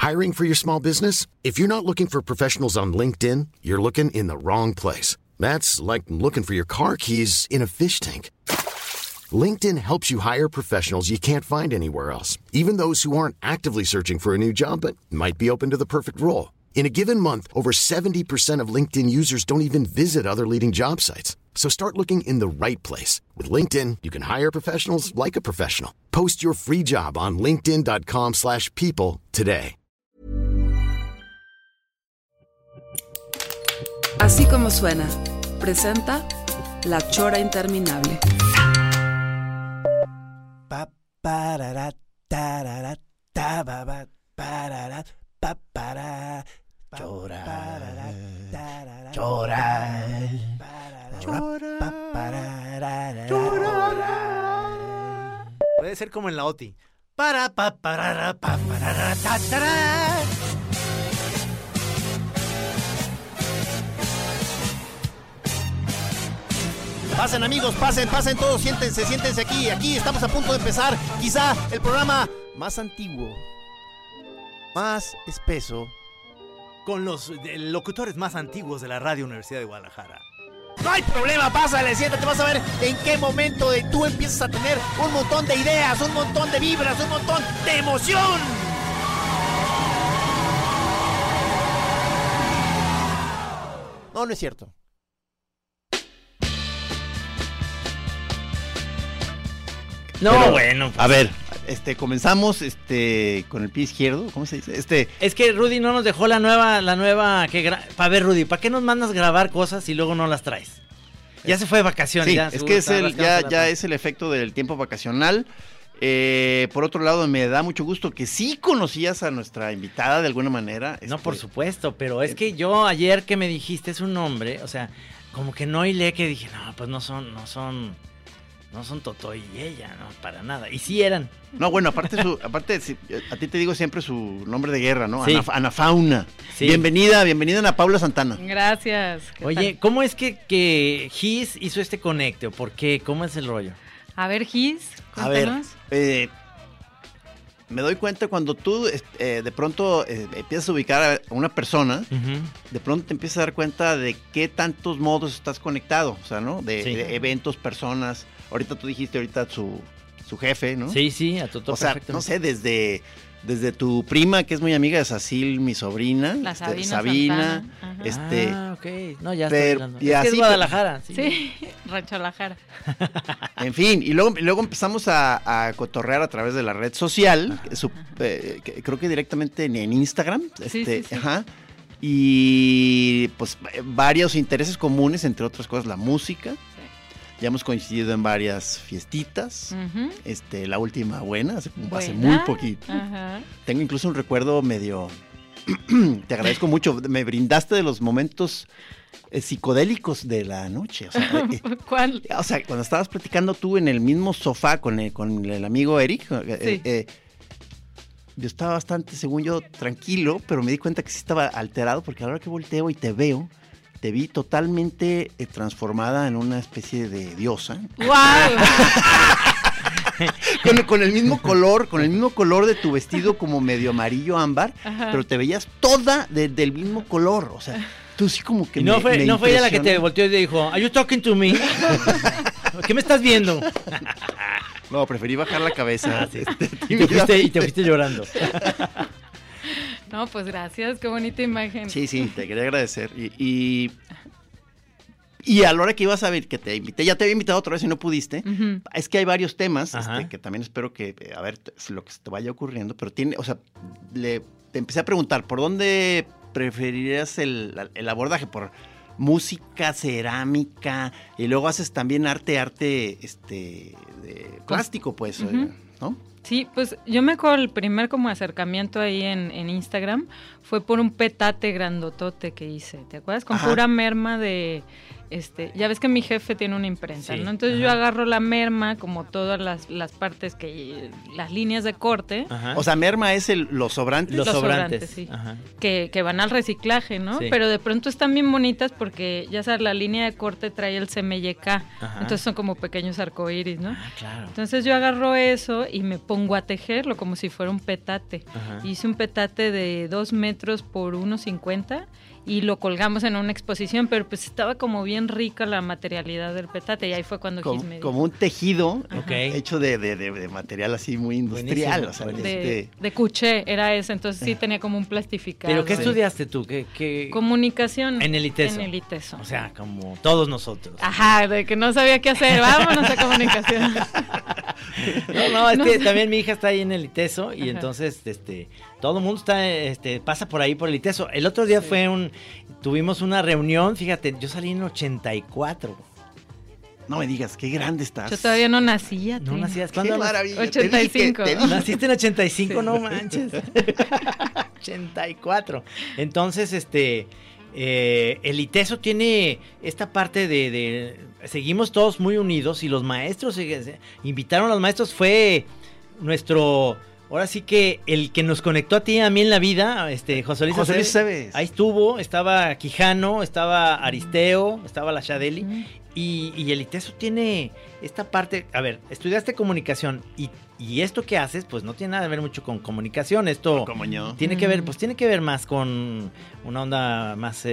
Hiring for your small business? If you're not looking for professionals on LinkedIn, you're looking in the wrong place. That's like looking for your car keys in a fish tank. LinkedIn helps you hire professionals you can't find anywhere else, even those who aren't actively searching for a new job but might be open to the perfect role. In a given month, over 70% of LinkedIn users don't even visit other leading job sites. So start looking in the right place. With LinkedIn, you can hire professionals like a professional. Post your free job on linkedin.com/people today. Así como suena, presenta La Chora Interminable. Puede ser como en la OTI. Pasen amigos, pasen todos, siéntense aquí estamos a punto de empezar quizá el programa más antiguo, más espeso, con los locutores más antiguos de la Radio Universidad de Guadalajara. No hay problema, pásale, siéntate, vas a ver en qué momento tú empiezas a tener un montón de ideas, un montón de vibras, un montón de emoción. No es cierto. No, pero, bueno. Pues. A ver, comenzamos con el pie izquierdo, ¿cómo se dice? Es que Rudy no nos dejó la nueva para ver, Rudy, ¿para qué nos mandas grabar cosas y luego no las traes? Ya se fue de vacaciones. Sí, ya, es que ya es el efecto del tiempo vacacional. Por otro lado, me da mucho gusto que sí conocías a nuestra invitada de alguna manera. No, por supuesto, pero es que yo ayer que me dijiste es un nombre, o sea, como que no hilé, que dije, no, pues no son Totó y ella, no, para nada. Y sí eran. No, bueno, aparte a ti te digo siempre su nombre de guerra, ¿no? Sí. Ana Fauna. Sí. Bienvenida Ana Paula Santana. Gracias. Oye, ¿cómo es que Gis hizo este conecte? ¿O por qué? ¿Cómo es el rollo? A ver, Gis, cuéntanos. A ver, me doy cuenta cuando tú de pronto empiezas a ubicar a una persona, de pronto te empiezas a dar cuenta de qué tantos modos estás conectado, o sea, ¿no? De eventos, personas. Ahorita tú dijiste su jefe, ¿no? Sí, a Totó. O sea, no sé, desde tu prima, que es muy amiga de Sacil, mi sobrina. La Sabina. Ok. No, ya estoy hablando. Es que es Guadalajara. Sí, Rancho La Jara. En fin, y luego empezamos a cotorrear a través de la red social, creo que directamente en Instagram. Sí. Ajá. Y pues varios intereses comunes, entre otras cosas, la música. Ya hemos coincidido en varias fiestitas. La última buena, hace muy poquito. Ajá. Tengo incluso un recuerdo medio... Te agradezco mucho. Me brindaste de los momentos psicodélicos de la noche. O sea, ¿cuál? O sea, cuando estabas platicando tú en el mismo sofá con el amigo Eric, sí. Yo estaba bastante, según yo, tranquilo, pero me di cuenta que sí estaba alterado, porque a la hora que volteo y te veo, te vi totalmente transformada en una especie de diosa. ¡Wow! con el mismo color de tu vestido, como medio amarillo ámbar. Ajá. Pero te veías toda del mismo color, o sea, tú sí como que y no fue ella la que te volteó y te dijo, "Are you talking to me?" ¿Qué me estás viendo? No, preferí bajar la cabeza. Sí. Y te fuiste llorando. No, pues gracias, qué bonita imagen. Sí, te quería agradecer. Y a la hora que ibas a ver que te invité, ya te había invitado otra vez y no pudiste, es que hay varios temas que también espero que, a ver, lo que se te vaya ocurriendo, pero te empecé a preguntar, ¿por dónde preferirías el abordaje? ¿Por música, cerámica? Y luego haces también arte de plástico, pues, ¿no? Sí, pues yo me acuerdo el primer como acercamiento ahí en Instagram fue por un petate grandotote que hice, ¿te acuerdas? Con pura merma de, ya ves que mi jefe tiene una imprenta, ¿no? Entonces yo agarro la merma, como todas las partes las líneas de corte. Ajá. O sea, merma es los sobrantes. Los sobrantes, sí. Ajá. Que van al reciclaje, ¿no? Sí. Pero de pronto están bien bonitas porque, ya sabes, la línea de corte trae el CMYK, entonces son como pequeños arcoíris, ¿no? Ah, claro. Entonces yo agarro eso y me pongo pongo a tejerlo como si fuera un petate. Ajá. Hice un petate de 2 metros por 1.50 y lo colgamos en una exposición, pero pues estaba como bien rica la materialidad del petate y ahí fue cuando Gis me dijo. Como un tejido Ok. hecho de material así muy industrial. Buenísimo, O sea, buenísimo. de cuché era ese, entonces sí tenía como un plastificado. ¿Pero qué Sí. estudiaste tú? ¿Qué? Comunicación. En el ITESO. En el ITESO. O sea, como todos nosotros. Ajá, de que no sabía qué hacer, vámonos a comunicación. No, es No que sé. también mi hija está ahí en el ITESO y Ajá. entonces todo el mundo pasa por ahí por el ITESO. El otro día tuvimos una reunión, fíjate, yo salí en 84. No me digas, qué grande estás. Yo todavía no nacía. No tío. nacías, Qué ¿cuándo? maravilla. 85. Te dije. Naciste en 85, no manches. 84. Entonces, el ITESO tiene esta parte de seguimos todos muy unidos y los maestros invitaron a los maestros, fue ahora sí que el que nos conectó a ti y a mí en la vida, José Luis Aceves. ahí estaba Quijano, estaba Aristeo, estaba la Shadeli. Y el ITESO tiene esta parte, a ver, estudiaste comunicación y esto que haces, pues no tiene nada que ver mucho con comunicación, esto Como yo. tiene que ver más con una onda más,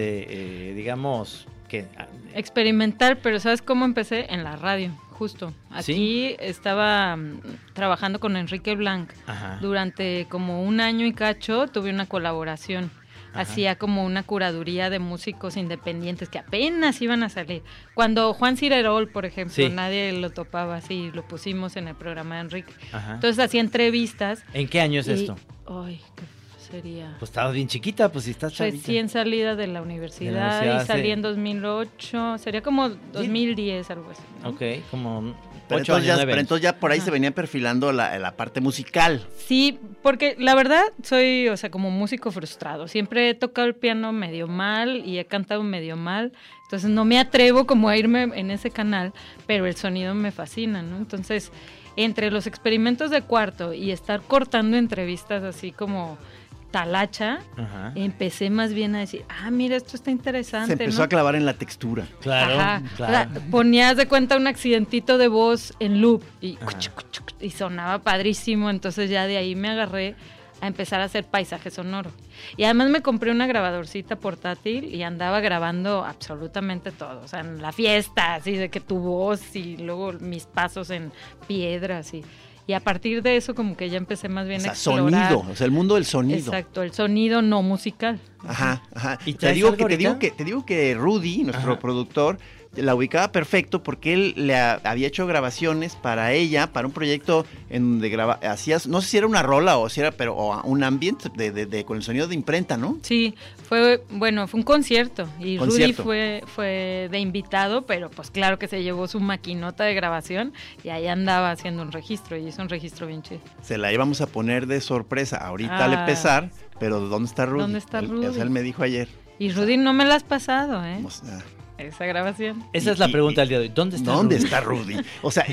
digamos, que... Experimental, pero ¿sabes cómo empecé? En la radio, justo. Aquí ¿Sí? estaba trabajando con Enrique Blanc. Ajá. Durante como 1 año y cacho tuve una colaboración. Ajá. Hacía como una curaduría de músicos independientes que apenas iban a salir. Cuando Juan Cirerol, por ejemplo, Sí. nadie lo topaba así, lo pusimos en el programa de Enrique. Ajá. Entonces hacía entrevistas. ¿En qué año es y- esto? Ay, ¿qué sería? Pues estabas bien chiquita, pues si estás chavita. Recién salida de la universidad, universidad, y salí sí. en 2008, sería como 2010, algo así, ¿no? Ok, como Pero 8 años, 9 pero años. entonces ya por ahí Ajá. se venía perfilando la parte musical. Sí, porque la verdad soy, o sea, como músico frustrado. Siempre he tocado el piano medio mal y he cantado medio mal. Entonces no me atrevo como a irme en ese canal, pero el sonido me fascina, ¿no? Entonces, entre los experimentos de cuarto y estar cortando entrevistas así como talacha, Ajá. empecé más bien a decir, mira, esto está interesante, Se empezó ¿no? a clavar en la textura. Claro, Ajá. claro. O sea, ponías de cuenta un accidentito de voz en loop y, Ajá. y sonaba padrísimo, entonces ya de ahí me agarré a empezar a hacer paisaje sonoro. Y además me compré una grabadorcita portátil y andaba grabando absolutamente todo, o sea, en la fiesta, así de que tu voz y luego mis pasos en piedras y a partir de eso como que ya empecé más bien O sea, a explorar. sonido, o sea, el mundo del sonido. Exacto, el sonido no musical. Ajá, ajá. ¿Y Te traes digo algo ahorita? te digo que Rudy, nuestro Ajá. productor, la ubicaba perfecto porque él había hecho grabaciones para ella, para un proyecto en donde hacías, no sé si era una rola o si era, o un ambient con el sonido de imprenta, ¿no? Sí, fue un concierto y Concierto. Rudy fue de invitado, pero pues claro que se llevó su maquinota de grabación y ahí andaba haciendo un registro y hizo un registro bien chido. Se la íbamos a poner de sorpresa ahorita al Ah. empezar, pero ¿dónde está Rudy? ¿Dónde está Rudy? O sea, él me dijo ayer. Y Rudy no me la has pasado, O sea, esa grabación. Esa es la pregunta del día de hoy. ¿Dónde está ¿dónde Rudy? está Rudy? O sea,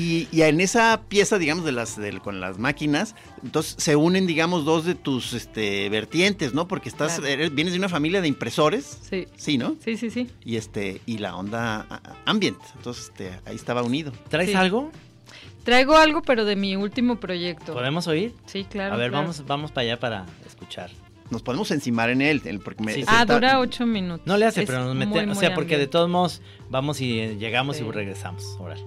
y en esa pieza, digamos, con las máquinas, entonces se unen, digamos, dos de tus vertientes, ¿no? Porque Claro. vienes de una familia de impresores, Sí, sí, ¿no? sí. Y la onda ambient, entonces ahí estaba unido. ¿Traes Sí. algo? Traigo algo, pero de mi último proyecto. ¿Podemos oír? Sí, claro. A ver, claro. vamos para allá para escuchar. Nos podemos encimar en él, porque Sí, sí. Dura 8 minutos. No le hace, Es pero nos muy, metemos. O muy sea, porque de ambiente. todos modos vamos y llegamos Sí. y regresamos. Órale.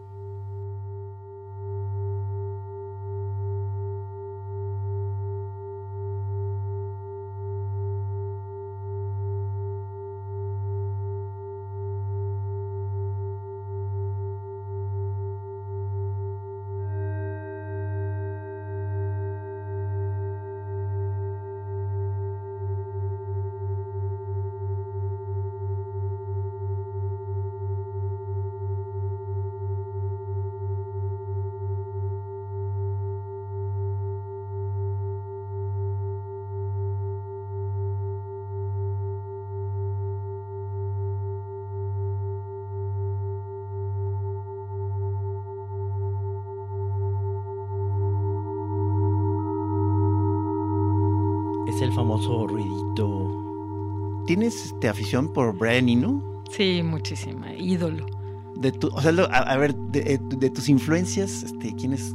Es el famoso ruidito. ¿Tienes afición por Brian Eno? Sí, muchísima. Ídolo. A ver, de tus influencias, ¿quiénes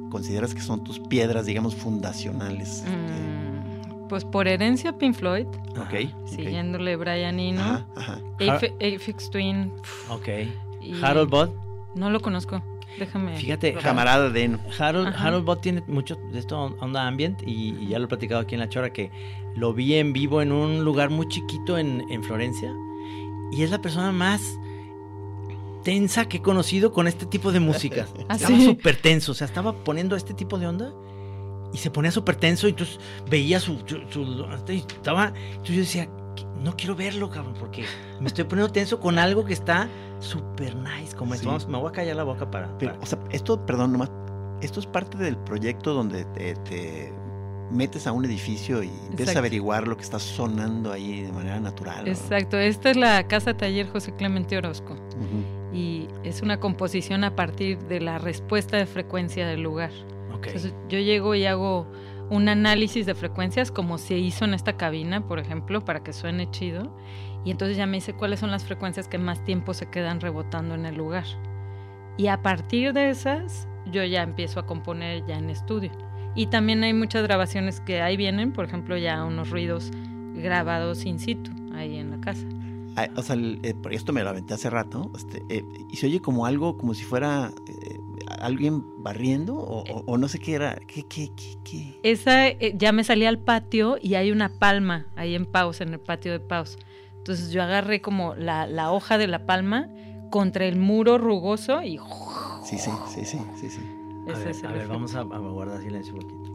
consideras que son tus piedras, digamos, fundacionales? Pues por herencia Pink Floyd, Ok. siguiéndole Brian Eno, Ajá. Aphex Twin. Ok. y- Harold Budd. No lo conozco, déjame. Fíjate, Camarada de Eno. Harold Budd tiene mucho de esto onda ambient y ya lo he platicado aquí en La Chora, que lo vi en vivo en un lugar muy chiquito en Florencia y es la persona más tensa que he conocido con este tipo de música. Estaba ¿sí? súper tenso, o sea, estaba poniendo este tipo de onda y se ponía súper tenso y entonces veía entonces yo decía, no quiero verlo, cabrón, porque me estoy poniendo tenso con algo que está súper nice, como esto. Sí. Me voy a callar la boca para... Pero, o sea, perdón, nomás, esto es parte del proyecto donde te metes a un edificio y empiezas Exacto. a averiguar lo que está sonando ahí de manera natural. ¿no? Exacto, esta es la Casa Taller José Clemente Orozco Ujú. y es una composición a partir de la respuesta de frecuencia del lugar. Ok. Entonces yo llego y hago un análisis de frecuencias como se hizo en esta cabina, por ejemplo, para que suene chido. Y entonces ya me dice cuáles son las frecuencias que más tiempo se quedan rebotando en el lugar. Y a partir de esas, yo ya empiezo a componer ya en estudio. Y también hay muchas grabaciones que ahí vienen, por ejemplo, ya unos ruidos grabados in situ, ahí en la casa. Ah, o sea, esto me lo aventé hace rato, y se oye como algo, como si fuera alguien barriendo, o no sé qué era. ¿Qué? Esa ya me salí al patio y hay una palma ahí en Paus, en el patio de Paus. Entonces yo agarré como la hoja de la palma contra el muro rugoso y... Sí. ese es el A ver, efecto. vamos a guardar silencio un poquito.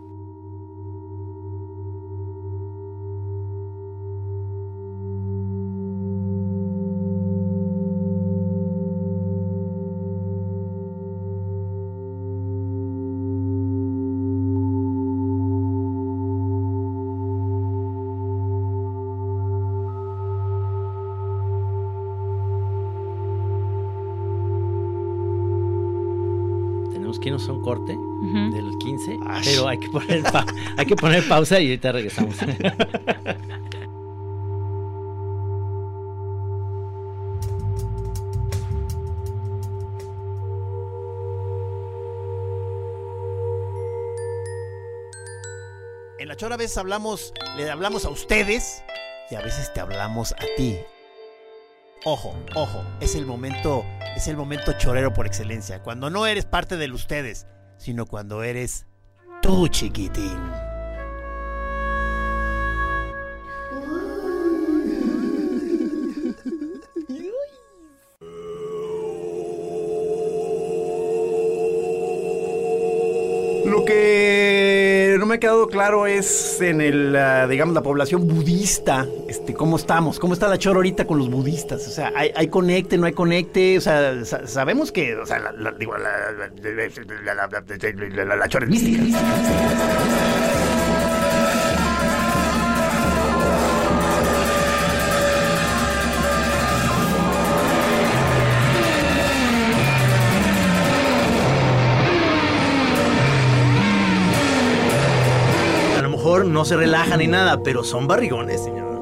Tenemos que irnos a un corte Ujú. del 15, Ash. pero hay que poner pausa y ahorita regresamos. En La Chora a veces le hablamos a ustedes y a veces te hablamos a ti. Ojo, es el momento chorero por excelencia, cuando no eres parte del ustedes, sino cuando eres tú, chiquitín. Lo que no me ha quedado claro es en digamos, la población budista, cómo estamos, cómo está la Chora ahorita con los budistas, o sea, ¿hay conecte, no hay conecte? O sea, sabemos que, o sea, la Chora es mística. A lo mejor no se relajan ni nada, pero son barrigones, señor.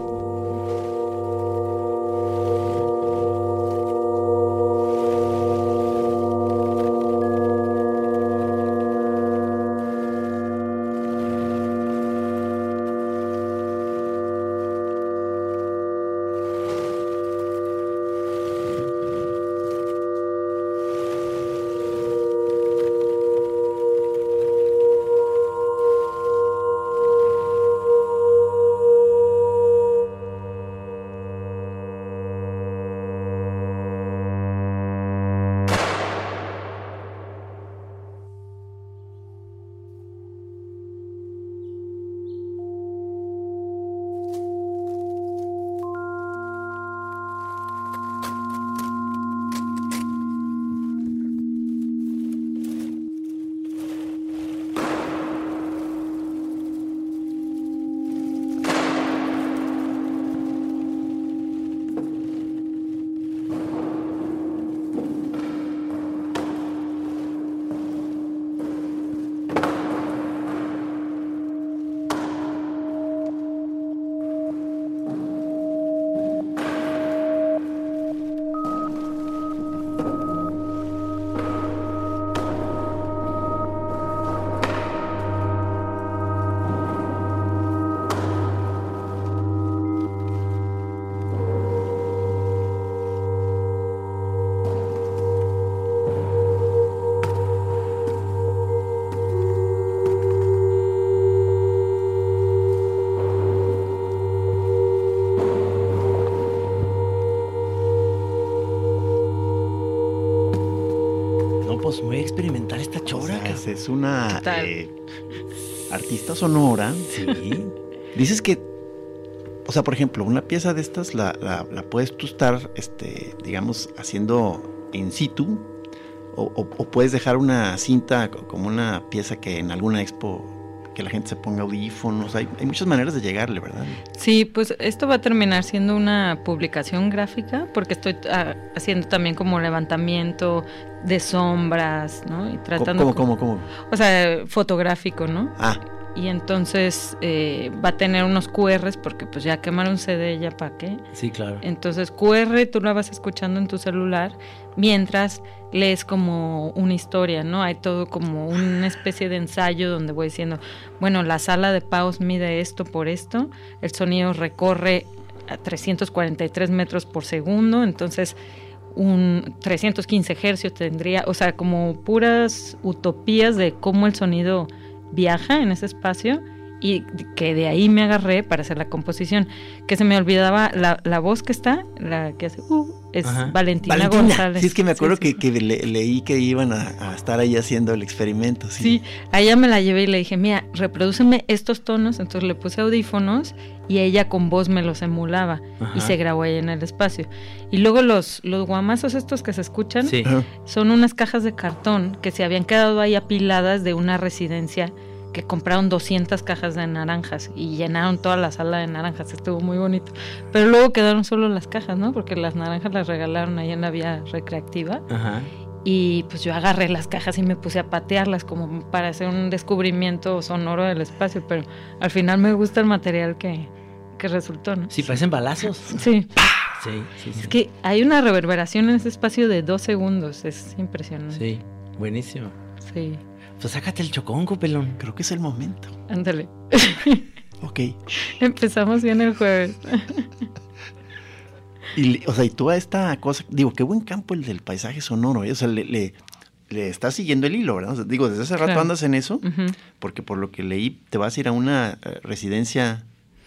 Muy experimental esta chora. O sea, es una Total. artista sonora. Sí. Dices que, o sea, por ejemplo, una pieza de estas la puedes tú estar, digamos, haciendo in situ, o puedes dejar una cinta como una pieza que en alguna expo, que la gente se ponga audífonos. Hay muchas maneras de llegarle, ¿verdad? Sí, pues esto va a terminar siendo una publicación gráfica, porque estoy haciendo también como levantamiento de sombras, ¿no? Y tratando ¿Cómo? O sea, fotográfico, ¿no? Ah, Y entonces va a tener unos QRs, porque pues ya quemar un CD, ya para qué. Sí, claro. Entonces QR tú la vas escuchando en tu celular mientras lees como una historia, ¿no? Hay todo como una especie de ensayo donde voy diciendo, bueno, la sala de Paus mide esto por esto, el sonido recorre a 343 metros por segundo, entonces un 315 hercios tendría, o sea, como puras utopías de cómo el sonido viaja en ese espacio, y que de ahí me agarré para hacer la composición, que se me olvidaba la voz que está, la que hace es Ajá. Valentina González. Sí, es que me acuerdo Sí. que leí que iban a estar ahí haciendo el experimento. Sí, a ella me la llevé y le dije, mira, reprodúceme estos tonos. Entonces le puse audífonos y ella con voz me los emulaba. Ajá. Y se grabó ahí en el espacio. Y luego los guamazos estos que se escuchan Sí. Ajá. son unas cajas de cartón que se habían quedado ahí apiladas de una residencia que compraron 200 cajas de naranjas y llenaron toda la sala de naranjas. Estuvo muy bonito. Pero luego quedaron solo las cajas, ¿no? Porque las naranjas las regalaron ahí en la vía recreativa. Ajá. Y pues yo agarré las cajas y me puse a patearlas como para hacer un descubrimiento sonoro del espacio, pero al final me gusta el material que resultó, ¿no? Sí, parecen balazos. Sí, Sí, sí, sí. es que hay una reverberación en ese espacio de 2 segundos, es impresionante. Sí, buenísimo. Sí, Pues sácate el choconco, pelón. Creo que es el momento. ándale. Ok. Empezamos bien el jueves. Y tú a esta cosa, digo, qué buen campo el del paisaje sonoro, ¿eh? O sea, le estás siguiendo el hilo, ¿verdad? O sea, digo, desde hace rato Claro. andas en eso, Ujú. porque por lo que leí, te vas a ir a una residencia.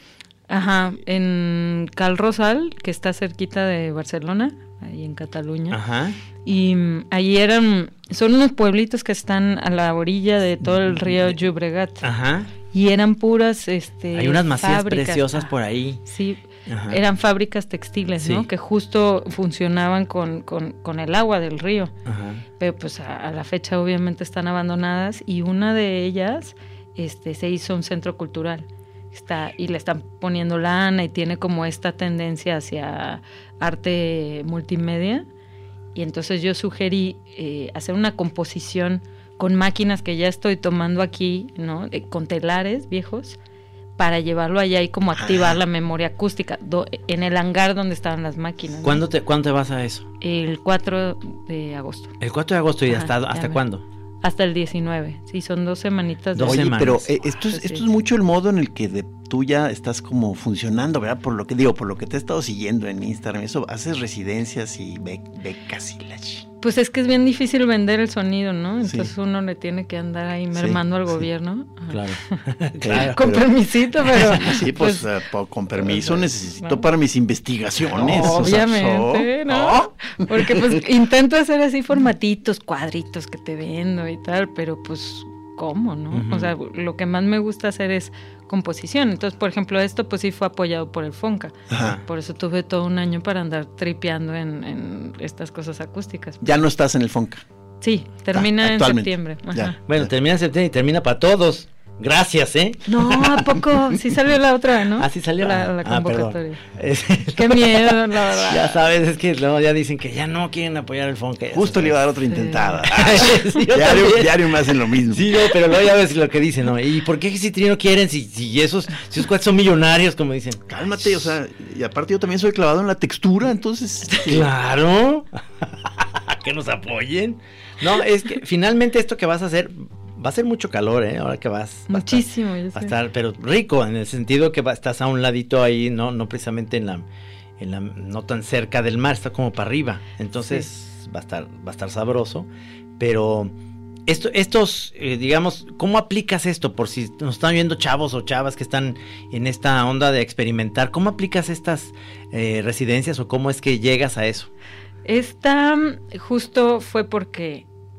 Ajá, en Cal Rosal, que está cerquita de Barcelona, ahí en Cataluña. Ajá. Y allí son unos pueblitos que están a la orilla de todo el río Llobregat. Ajá. Y eran puras Hay unas masías fábricas. preciosas por ahí. Sí, Ajá. eran fábricas textiles, Sí. ¿no? Que justo funcionaban con el agua del río. Ajá. Pero pues a la fecha obviamente están abandonadas, y una de ellas se hizo un centro cultural. Y le están poniendo lana y tiene como esta tendencia hacia arte multimedia. Y entonces yo sugerí hacer una composición con máquinas que ya estoy tomando aquí, ¿no? Con telares viejos, para llevarlo allá y como activar la memoria acústica en el hangar donde estaban las máquinas, ¿no? ¿Cuándo te vas a eso? El 4 de agosto. El 4 de agosto. ¿Y Ajá, hasta ya cuándo? Hasta el 19. Sí, son 2 semanitas. Dos Oye, semanas. pero esto Sí. es mucho el modo en el que tú ya estás como funcionando, ¿verdad? Por lo que te he estado siguiendo en Instagram, eso, haces residencias y becas y la Pues es que es bien difícil vender el sonido, ¿no? Entonces Sí. uno le tiene que andar ahí mermando al sí. gobierno. Ajá. Claro. Claro. Con permisito, pero... Sí, pues, con permiso necesito para mis investigaciones. Obviamente, ¿no? Porque pues intento hacer así formatitos, cuadritos que te vendo y tal, pero pues, ¿cómo, no? Ujú. O sea, lo que más me gusta hacer es composición. Entonces, por ejemplo, esto pues sí fue apoyado por el FONCA. Ajá. Por eso tuve todo un año para andar tripeando en estas cosas acústicas. Ya no estás en el FONCA. Sí, termina en actualmente. septiembre. Ajá. Ya. Bueno, termina en septiembre y termina para todos. Gracias, ¿eh? No, ¿a poco? Sí salió la otra, ¿no? Así salió La perdón. convocatoria. Es- Qué miedo, la verdad. Ya sabes, es que luego ya dicen que ya no quieren apoyar el Fonca. ya Justo sabes. le iba a dar otra intentada. Sí, yo también. Diario me hacen lo mismo. Sí, no, pero luego ya ves lo que dicen, ¿no? ¿Y por qué si no quieren? Si esos cuates son millonarios, como dicen. Cálmate, o sea, y aparte yo también soy clavado en la textura, entonces... Claro. Que nos apoyen. No, es que finalmente esto que vas a hacer va a ser mucho calor, ¿eh? Ahora que vas. Muchísimo, yo Va a sé. estar, pero rico, en el sentido que estás a un ladito ahí, no precisamente no tan cerca del mar, está como para arriba. Entonces va a estar sabroso. Pero digamos, ¿cómo aplicas esto? Por si nos están viendo chavos o chavas que están en esta onda de experimentar, ¿cómo aplicas estas residencias o cómo es que llegas a eso? Esta justo fue porque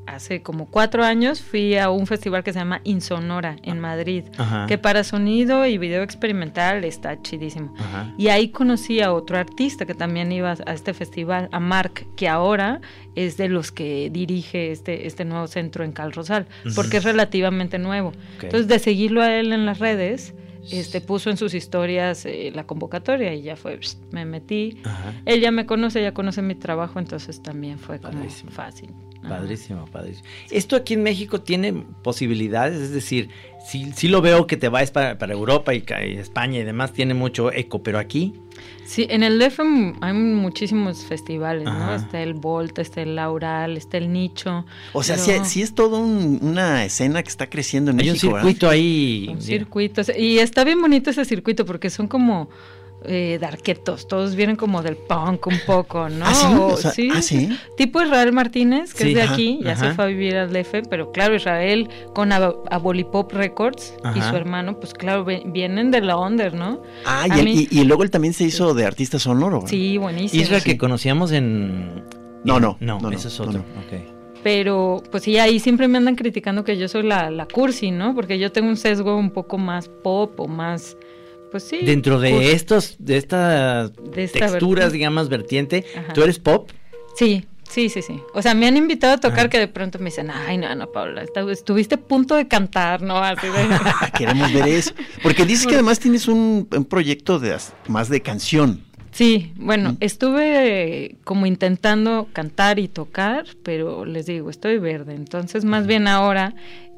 hace como 4 años fui a un festival que se llama Insonora en Madrid, Ajá. que para sonido y video experimental está chidísimo. Ajá. Y ahí conocí a otro artista que también iba a este festival, a Marc, que ahora es de los que dirige este nuevo centro en Cal Rosal, porque es relativamente nuevo. Okay. Entonces, de seguirlo a él en las redes, puso en sus historias la convocatoria y ya fue, me metí. Ajá. Él ya me conoce, ya conoce mi trabajo, entonces también fue como Padrísimo. fácil. Ajá. Padrísimo, padrísimo. ¿Esto aquí en México tiene posibilidades? Es decir, sí lo veo que te vas para Europa y España y demás, tiene mucho eco, pero aquí... Sí, en el DF hay muchísimos festivales, Ajá. ¿no? Está el Volta, está el Laural, está el Nicho. O sea, pero- sí es todo una escena que está creciendo en Hay un México, circuito ahí... Un circuito. Y está bien bonito ese circuito porque son como darketos. Todos vienen como del punk un poco, ¿no? ¿Ah, sí? O- O sea, sí. ¿ah, sí? Tipo Israel Martínez, que Sí, es de ajá, aquí, ya ajá. se fue a vivir al DF, pero claro, Israel con Abolipop Records y Ajá. su hermano, pues claro, vienen de la under, ¿no? Ah, A mí- y luego él también se hizo de artista sonoro, ¿verdad? Sí, buenísimo. Israel sí. que conocíamos en... No, ese es otro. no. Ok. Pero, pues sí, ahí siempre me andan criticando que yo soy la cursi, ¿no? Porque yo tengo un sesgo un poco más pop o más, pues sí. Dentro de cursi. de estas De esta texturas, vertiente. digamos, vertiente, Ajá. ¿tú eres pop? Sí. O sea, me han invitado a tocar Ajá. que de pronto me dicen, ay, no, Paula, estuviste a punto de cantar, ¿no? Así de... Queremos ver eso. Porque dices que además tienes un proyecto más de canción. Sí, bueno, estuve como intentando cantar y tocar, pero les digo, estoy verde. Entonces, más bien ahora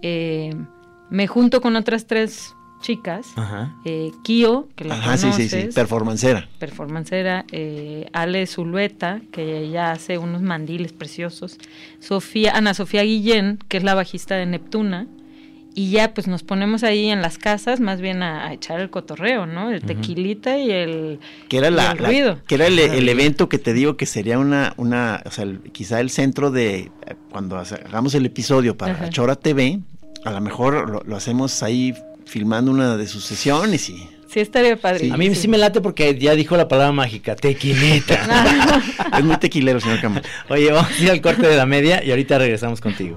me junto con otras 3 chicas. Ajá. Kio, que la Ajá, conoces. sí, performancera. Performancera, Ale Zulueta, que ella hace unos mandiles preciosos, Ana Sofía Guillén, que es la bajista de Neptuna, y ya pues nos ponemos ahí en las casas más bien a echar el cotorreo, ¿no? El tequilita y el, Que era y el ruido. que era el evento que te digo que sería o sea, quizá el centro de cuando hagamos el episodio para Ajá. Chora TV, a lo mejor lo hacemos ahí filmando una de sus sesiones y Sí, estaría padre. A mí sí me late porque ya dijo la palabra mágica, tequilita. es muy tequilero, señor Camacho. Oye, vamos a ir al corte de la media y ahorita regresamos contigo.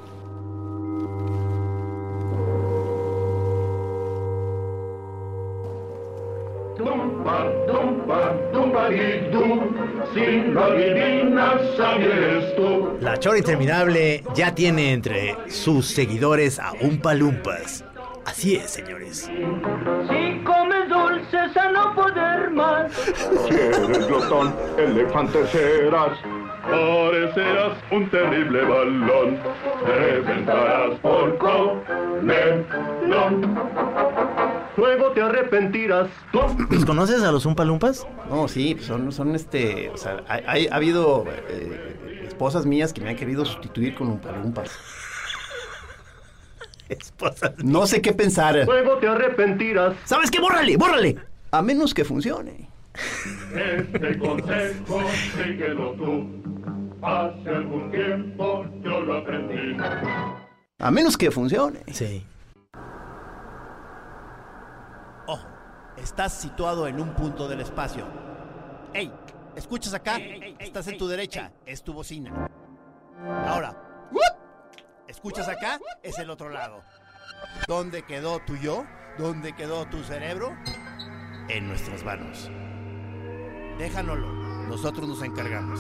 Si lo adivinas, sabes tú. La Chora Interminable ya tiene entre sus seguidores a Umpa Lumpas. Así es, señores. Si comes dulces a no poder más. Si eres glotón, elefante serás. Parecerás un terrible balón. Reventarás por comelón. Luego te arrepentirás tú. ¿Los conoces a los Umpa Lumpas? No, sí, pues son o sea, ha habido esposas mías que me han querido sustituir con un palumpas. Esposas. No sé qué pensar. Luego te arrepentirás. ¿Sabes qué? ¡Bórrale! A menos que funcione. Este consejo, síguelo tú. Hace algún tiempo yo lo aprendí. A menos que funcione. Sí. Ojo, estás situado en un punto del espacio. ¡Ey! ¿Escuchas acá? Estás en tu derecha, es tu bocina. Ahora, ¿escuchas acá? Es el otro lado. ¿Dónde quedó tu yo? ¿Dónde quedó tu cerebro? En nuestras manos. Déjanoslo, nosotros nos encargamos.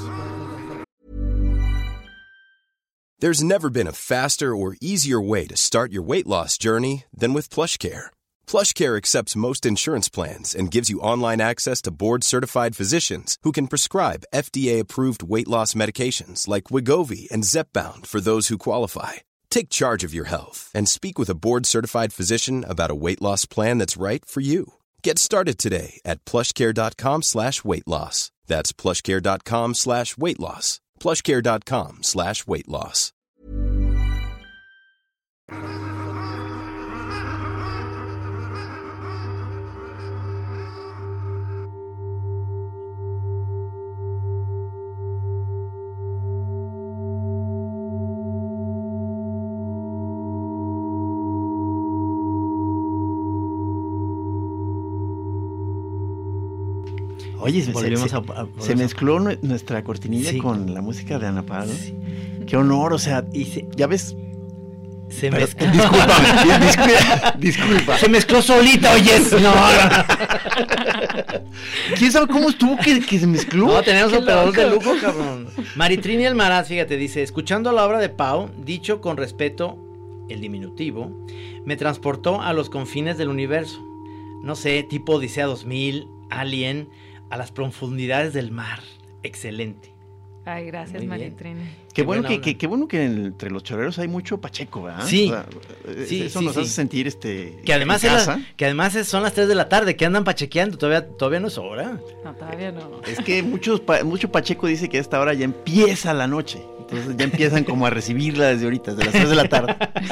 There's never been a faster or easier way to start your weight loss journey than with PlushCare. PlushCare accepts most insurance plans and gives you online access to board-certified physicians who can prescribe FDA-approved weight loss medications like Wegovy and Zepbound for those who qualify. Take charge of your health and speak with a board-certified physician about a weight loss plan that's right for you. Get started today at plushcare.com/weight loss. That's plushcare.com/weight loss. plushcare.com/weight loss. Oye, se mezcló nuestra cortinilla con la música de Ana Paula. Sí. Qué honor, o sea, ya ves... Disculpa. Se mezcló solita, oyes. No. ¿Quién sabe cómo estuvo que se mezcló? No, tenemos un operador de lujo, cabrón. Maritrini Almaraz, fíjate, dice, escuchando la obra de Pau, dicho con respeto, el diminutivo, me transportó a los confines del universo. No sé, tipo Odisea 2000, Alien, a las profundidades del mar. Excelente. Ay, gracias, Maritrini. Qué bueno que entre los choreros hay mucho Pacheco, ¿verdad? Sí. O sea, eso nos hace sentir que además son las 3 de la tarde, que andan pachequeando, todavía no es hora. No, todavía no. Es que mucho Pacheco dice que a esta hora ya empieza la noche. Entonces ya empiezan como a recibirla desde ahorita, desde las 3 de la tarde.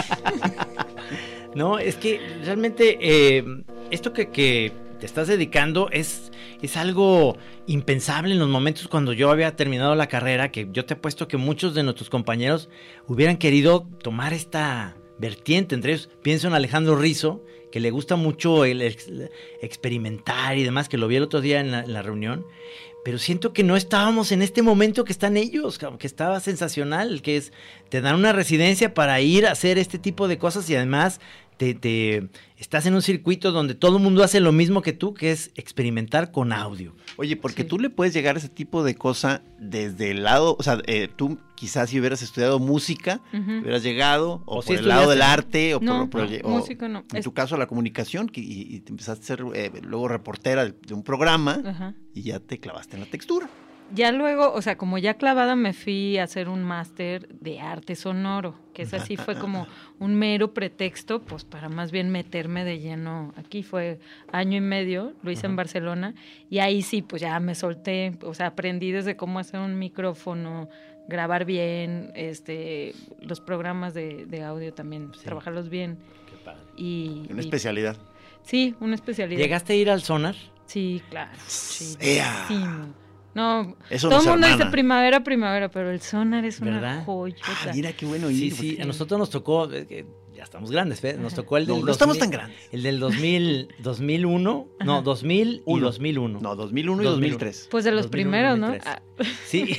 No, es que realmente esto que te estás dedicando es algo impensable en los momentos cuando yo había terminado la carrera, que yo te apuesto que muchos de nuestros compañeros hubieran querido tomar esta vertiente. Entre ellos pienso en Alejandro Rizzo, que le gusta mucho el experimentar y demás, que lo vi el otro día en la reunión. Pero siento que no estábamos en este momento que están ellos, que estaba sensacional, que es, te dan una residencia para ir a hacer este tipo de cosas y además te estás en un circuito donde todo el mundo hace lo mismo que tú, que es experimentar con audio. Oye, porque tú le puedes llegar a ese tipo de cosa desde el lado, o sea, tú quizás si hubieras estudiado música, hubieras llegado, o por el lado del arte, o música no. En tu caso la comunicación, y te empezaste a ser luego reportera de un programa, y ya te clavaste en la textura. Ya luego, o sea, como ya clavada me fui a hacer un máster de arte sonoro, que es así, fue como un mero pretexto, pues para más bien meterme de lleno aquí. Fue 1.5 años, lo hice en Barcelona, y ahí sí, pues ya me solté, o sea, aprendí desde cómo hacer un micrófono, grabar bien, los programas de audio también, trabajarlos bien. Qué padre. Una especialidad. Sí, una especialidad. ¿Llegaste a ir al Sonar? Sí, claro. Sí. No, eso todo el mundo dice primavera, pero el Sonar es una joya. Mira qué bueno ir. Sí, a nosotros nos tocó, ya estamos grandes, nos tocó el del 2000, no estamos tan grandes. El del 2001, no, 2000 y 2001. No, 2001 y 2003. Pues de los primeros, ¿no? Sí.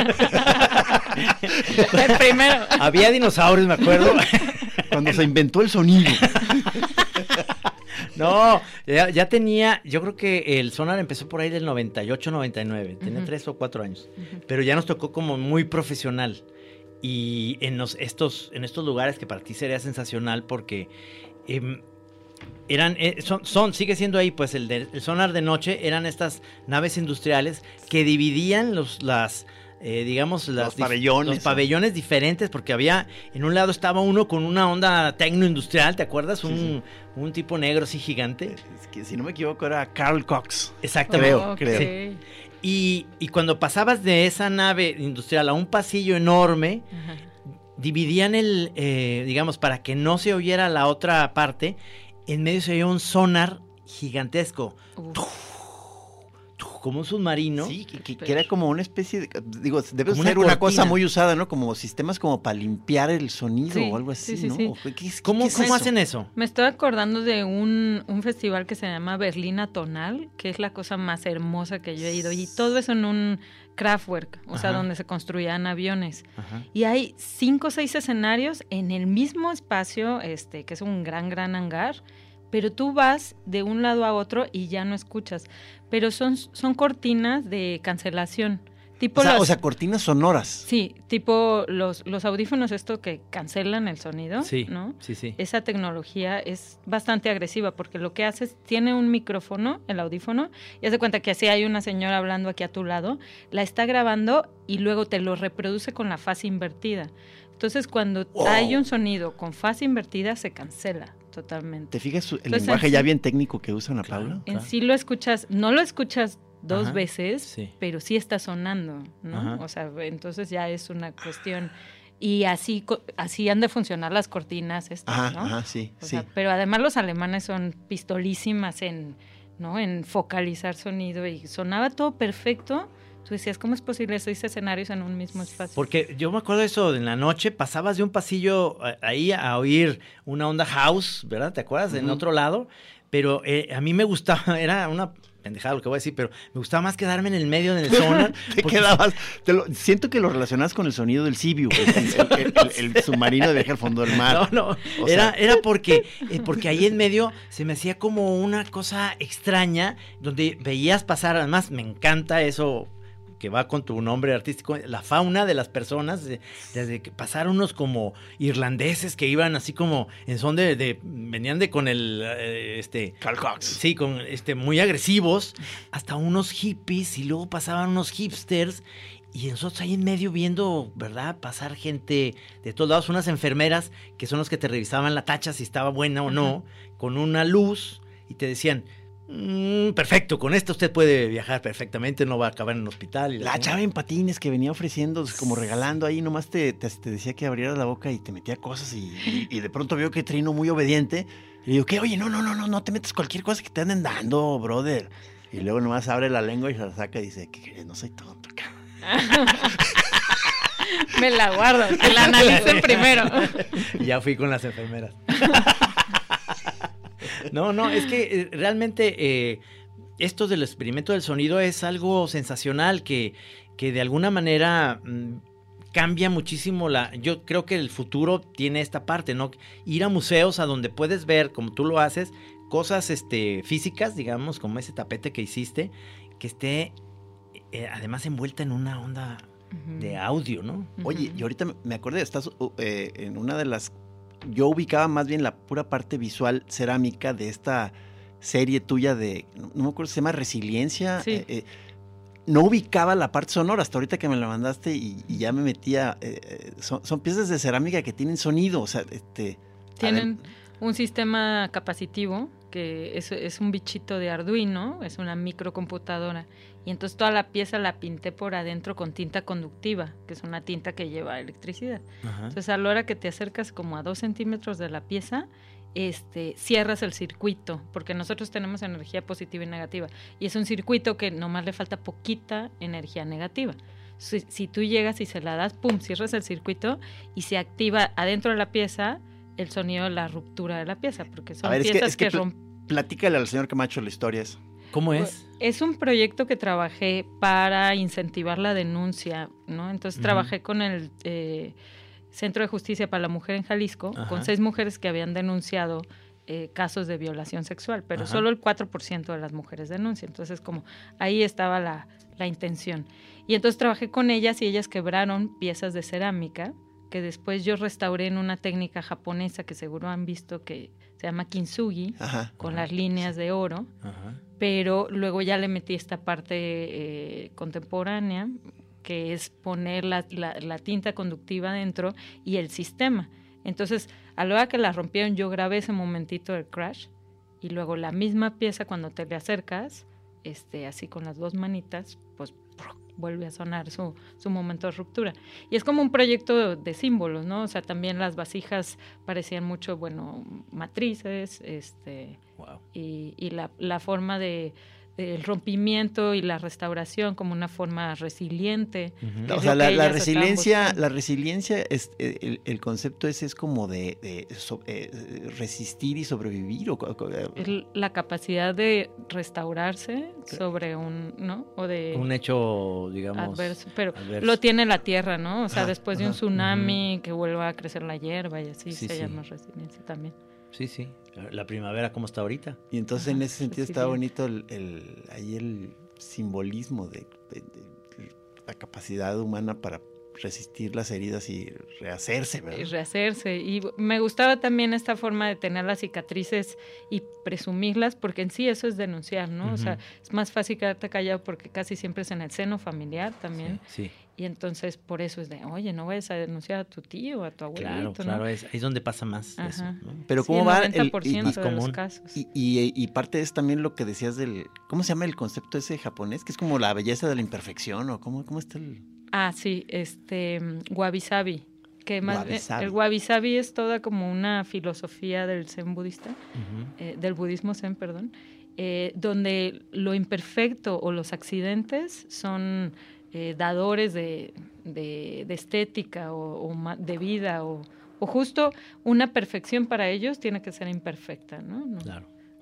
El primero. Había dinosaurios, me acuerdo. Cuando se inventó el sonido. No, ya tenía, yo creo que el Sonar empezó por ahí del 98, 99, tenía 3 o 4 años, pero ya nos tocó como muy profesional y en estos lugares que para ti sería sensacional porque sigue siendo ahí pues el Sonar de noche, eran estas naves industriales que dividían los pabellones diferentes, porque había, en un lado estaba uno con una onda tecnoindustrial, ¿te acuerdas? Un tipo negro así gigante. Es que si no me equivoco era Carl Cox. Exactamente. Creo. Y cuando pasabas de esa nave industrial a un pasillo enorme, dividían para que no se oyera la otra parte, en medio se oía un sonar gigantesco. Como un submarino. Sí, que era como una especie de... debe ser una cosa muy usada, ¿no? Como sistemas como para limpiar el sonido o algo así, ¿no? Sí. ¿Cómo hacen eso? Me estoy acordando de un festival que se llama Berlín Atonal, que es la cosa más hermosa que yo he ido. Y todo eso en un Kraftwerk, o sea, donde se construían aviones. Y hay 5 o 6 escenarios en el mismo espacio, que es un gran hangar, pero tú vas de un lado a otro y ya no escuchas. Pero son cortinas de cancelación. Tipo o sea, cortinas sonoras. Sí, tipo los audífonos estos que cancelan el sonido, ¿no? Sí. Esa tecnología es bastante agresiva porque lo que hace es, tiene un micrófono, el audífono, y hace cuenta que así hay una señora hablando aquí a tu lado, la está grabando y luego te lo reproduce con la fase invertida. Entonces, cuando hay un sonido con fase invertida, se cancela totalmente. ¿Te fijas el lenguaje ya bien técnico que usa Ana Paula? En sí lo escuchas, no lo escuchas 2 veces, pero sí está sonando, ¿no? O sea, entonces ya es una cuestión. Y así han de funcionar las cortinas estas, ¿no? Sí. sea, pero además los alemanes son pistolísimas en focalizar sonido y sonaba todo perfecto. Tú decías, ¿cómo es posible 6 escenarios en un mismo espacio? Porque yo me acuerdo de eso, en la noche pasabas de un pasillo ahí a oír una onda house, ¿verdad? ¿Te acuerdas? En otro lado, pero a mí me gustaba, era una pendejada lo que voy a decir, pero me gustaba más quedarme en el medio del sonar. Te quedabas, siento que lo relacionas con el sonido del Sibiu, el submarino de viaje al fondo del mar. No, era porque ahí en medio se me hacía como una cosa extraña, donde veías pasar, además me encanta eso que va con tu nombre artístico, la fauna de las personas, desde que pasaron unos como irlandeses que iban así como en son venían con el Carl Cox. Sí, con muy agresivos, hasta unos hippies, y luego pasaban unos hipsters, y nosotros ahí en medio viendo, ¿verdad?, pasar gente de todos lados, unas enfermeras que son los que te revisaban la tacha si estaba buena o no, con una luz, y te decían: perfecto, con esto usted puede viajar perfectamente, no va a acabar en un hospital. La chava en patines que venía ofreciendo, como regalando ahí, nomás te decía que abrieras la boca y te metía cosas, y de pronto vio que Trino muy obediente, y le digo, ¿qué? Oye, no te metas cualquier cosa que te anden dando, brother. Y luego nomás abre la lengua y se la saca y dice, ¿qué querés? No soy tonto, cabrón. Me la guardo, que la analicen primero. Ya fui con las enfermeras. No, es que realmente esto del experimento del sonido es algo sensacional que de alguna manera cambia muchísimo yo creo que el futuro tiene esta parte, ¿no? Ir a museos a donde puedes ver, como tú lo haces, cosas físicas, digamos, como ese tapete que hiciste, que esté además envuelta en una onda de audio, ¿no? Oye, y ahorita me acordé, estás en una de las... Yo ubicaba más bien la pura parte visual cerámica de esta serie tuya de, no me acuerdo, se llama Resiliencia. Sí. No ubicaba la parte sonora hasta ahorita que me la mandaste y ya me metía. Son piezas de cerámica que tienen sonido, o sea, tienen un sistema capacitivo que es un bichito de Arduino, es una microcomputadora, y entonces toda la pieza la pinté por adentro con tinta conductiva, que es una tinta que lleva electricidad. Ajá. Entonces a la hora que te acercas como a 2 centímetros de la pieza, cierras el circuito, porque nosotros tenemos energía positiva y negativa, y es un circuito que nomás le falta poquita energía negativa. Si tú llegas y se la das, pum, cierras el circuito y se activa adentro de la pieza el sonido de la ruptura de la pieza, porque son piezas que rompen. Platícale al señor Camacho la historia esa. ¿Cómo es? Es un proyecto que trabajé para incentivar la denuncia, ¿no? Entonces trabajé con el Centro de Justicia para la Mujer en Jalisco, con 6 mujeres que habían denunciado casos de violación sexual, pero solo el 4% de las mujeres denuncian. Entonces, como ahí estaba la intención. Y entonces trabajé con ellas y ellas quebraron piezas de cerámica que después yo restauré en una técnica japonesa que seguro han visto, que se llama kintsugi, con las líneas de oro, pero luego ya le metí esta parte contemporánea, que es poner la tinta conductiva dentro y el sistema. Entonces, a la hora que la rompieron, yo grabé ese momentito del crash, y luego la misma pieza, cuando te le acercas, así con las 2 manitas, pues vuelve a sonar su momento de ruptura. Y es como un proyecto de símbolos, ¿no? O sea, también las vasijas parecían mucho, matrices, wow. y la forma del rompimiento y la restauración como una forma resiliente. O sea, la resiliencia es el concepto ese es como de resistir y sobrevivir, la capacidad de restaurarse sobre un hecho, digamos, adverso, pero lo tiene la tierra, ¿no? O sea, después de un tsunami que vuelva a crecer la hierba y así se llama resiliencia también. Sí. La primavera, ¿cómo está ahorita? Y entonces en ese sentido está bonito el simbolismo de la capacidad humana para resistir las heridas y rehacerse, ¿verdad? Y rehacerse. Y me gustaba también esta forma de tener las cicatrices y presumirlas, porque en sí eso es denunciar, ¿no? O sea, es más fácil quedarte callado porque casi siempre es en el seno familiar también. Sí. Y entonces por eso es de, oye, no vayas a denunciar a tu tío, a tu abuelito, Claro, ¿no? ahí es donde pasa más eso, ¿no? Pero ¿cómo va? 90% de los casos. Y parte es también lo que decías ¿cómo se llama el concepto ese japonés? Que es como la belleza de la imperfección, ¿o cómo está el...? Ah, sí, wabi-sabi. Que más el wabi-sabi es toda como una filosofía del zen budista, del budismo zen, perdón, donde lo imperfecto o los accidentes son dadores de estética o de vida o justo una perfección para ellos tiene que ser imperfecta, ¿no? Claro.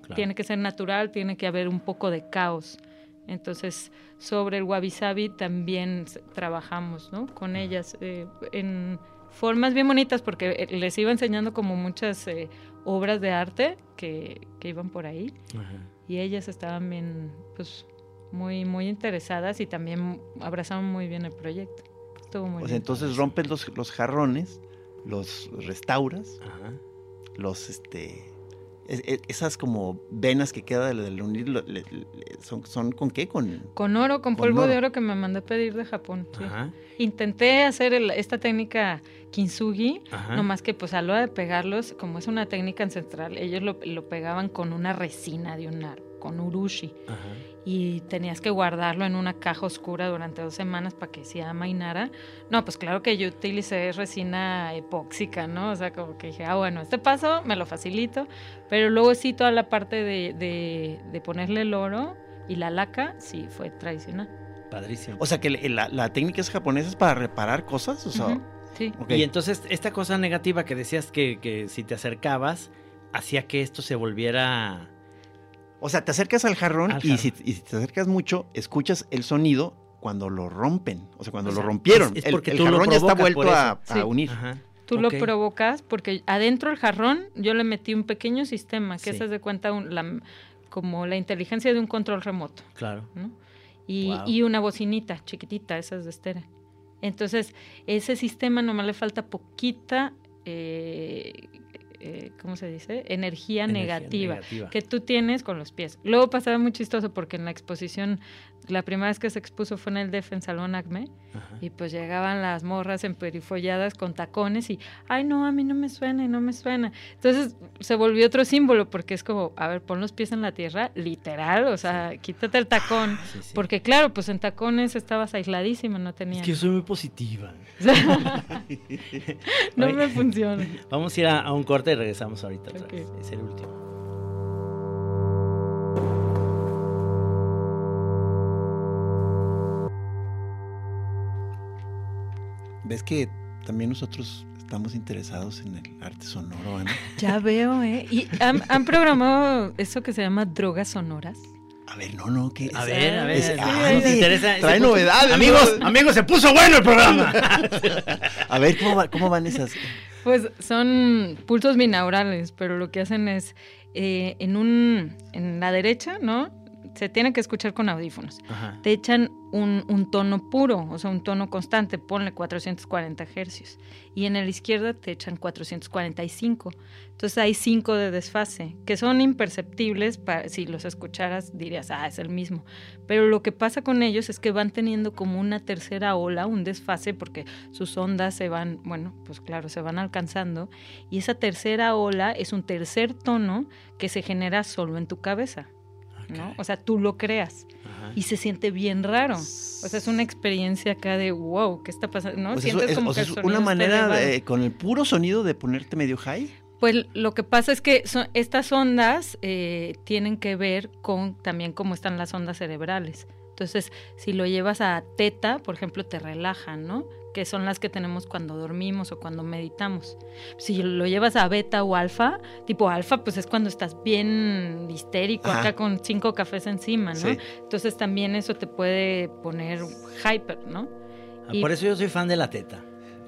Claro. Tiene que ser natural, tiene que haber un poco de caos. Entonces, sobre el wabi-sabi también trabajamos, ¿no? Con ellas en formas bien bonitas, porque les iba enseñando como muchas obras de arte que iban por ahí. Ajá. Y ellas estaban bien, pues, muy, muy interesadas y también abrazaron muy bien el proyecto. Estuvo muy bien. Entonces rompen los jarrones, los restauras, ajá, los esas como venas que queda del unir, son ¿con qué? Con oro, con polvo de oro que me mandé pedir de Japón. Sí. Intenté hacer esta técnica kintsugi, nomás que pues a la hora de pegarlos, como es una técnica ancestral, ellos lo pegaban con una resina con urushi. Ajá. Y tenías que guardarlo en una caja oscura durante 2 semanas para que se amainara. No, pues claro que yo utilicé resina epóxica, ¿no? O sea, como que dije, bueno, este paso me lo facilito, pero luego sí toda la parte de ponerle el oro y la laca, sí fue tradicional. Padrísimo. O sea, que la técnica es japonesa es para reparar cosas, o sea... Sí. Okay. Y entonces, esta cosa negativa que decías que si te acercabas, hacía que esto se volviera... O sea, te acercas al jarrón y si te acercas mucho, escuchas el sonido cuando lo rompen. O sea, cuando lo rompieron. Es porque el jarrón ya está vuelto a unir. Ajá. Tú lo provocas porque adentro del jarrón yo le metí un pequeño sistema que se hace de cuenta como la inteligencia de un control remoto. Claro. ¿no? Y una bocinita chiquitita, esas de estéreo. Entonces, ese sistema nomás le falta poquita... ¿cómo se dice? Energía negativa que tú tienes con los pies. Luego pasaba muy chistoso porque en la exposición, la primera vez que se expuso fue en el DEF en Salón Acme, y pues llegaban las morras emperifolladas con tacones y, ay no, a mí no me suena y no me suena. Entonces se volvió otro símbolo porque es como, a ver, pon los pies en la tierra, literal, o sea, quítate el tacón, porque claro, pues en tacones estabas aisladísima, no tenías. Es que yo soy muy positiva. No me funciona. Vamos a ir a un corte y regresamos ahorita otra vez. Es el último. ¿Ves que también nosotros estamos interesados en el arte sonoro, Ana? Ya veo, ¿eh? ¿Y han programado eso que se llama drogas sonoras? A ver, no, ¿qué es? A ver. Nos interesa. Trae novedades. Amigos, se puso bueno el programa. A ver, ¿cómo van esas? Pues son pulsos binaurales, pero lo que hacen es en la derecha, ¿no? Se tiene que escuchar con audífonos. Ajá. Te echan un tono puro, o sea, un tono constante, ponle 440 hercios. Y en la izquierda te echan 445. Entonces hay 5 de desfase, que son imperceptibles. Si los escucharas dirías, es el mismo. Pero lo que pasa con ellos es que van teniendo como una tercera ola, un desfase, porque sus ondas se van, pues claro, se van alcanzando. Y esa tercera ola es un tercer tono que se genera solo en tu cabeza. ¿no? O sea, tú lo creas. Ajá. Y se siente bien raro. O sea, es una experiencia acá de wow, ¿qué está pasando? ¿No? Sientes como que el sonido una manera con el puro sonido de ponerte medio high. Pues lo que pasa es que estas ondas tienen que ver con también cómo están las ondas cerebrales. Entonces, si lo llevas a teta, por ejemplo, te relajan, ¿no? Que son las que tenemos cuando dormimos o cuando meditamos. Si lo llevas a beta o alfa, tipo alfa, pues es cuando estás bien histérico, acá con 5 cafés encima, ¿no? Sí. Entonces también eso te puede poner hyper, ¿no? Por eso yo soy fan de la teta.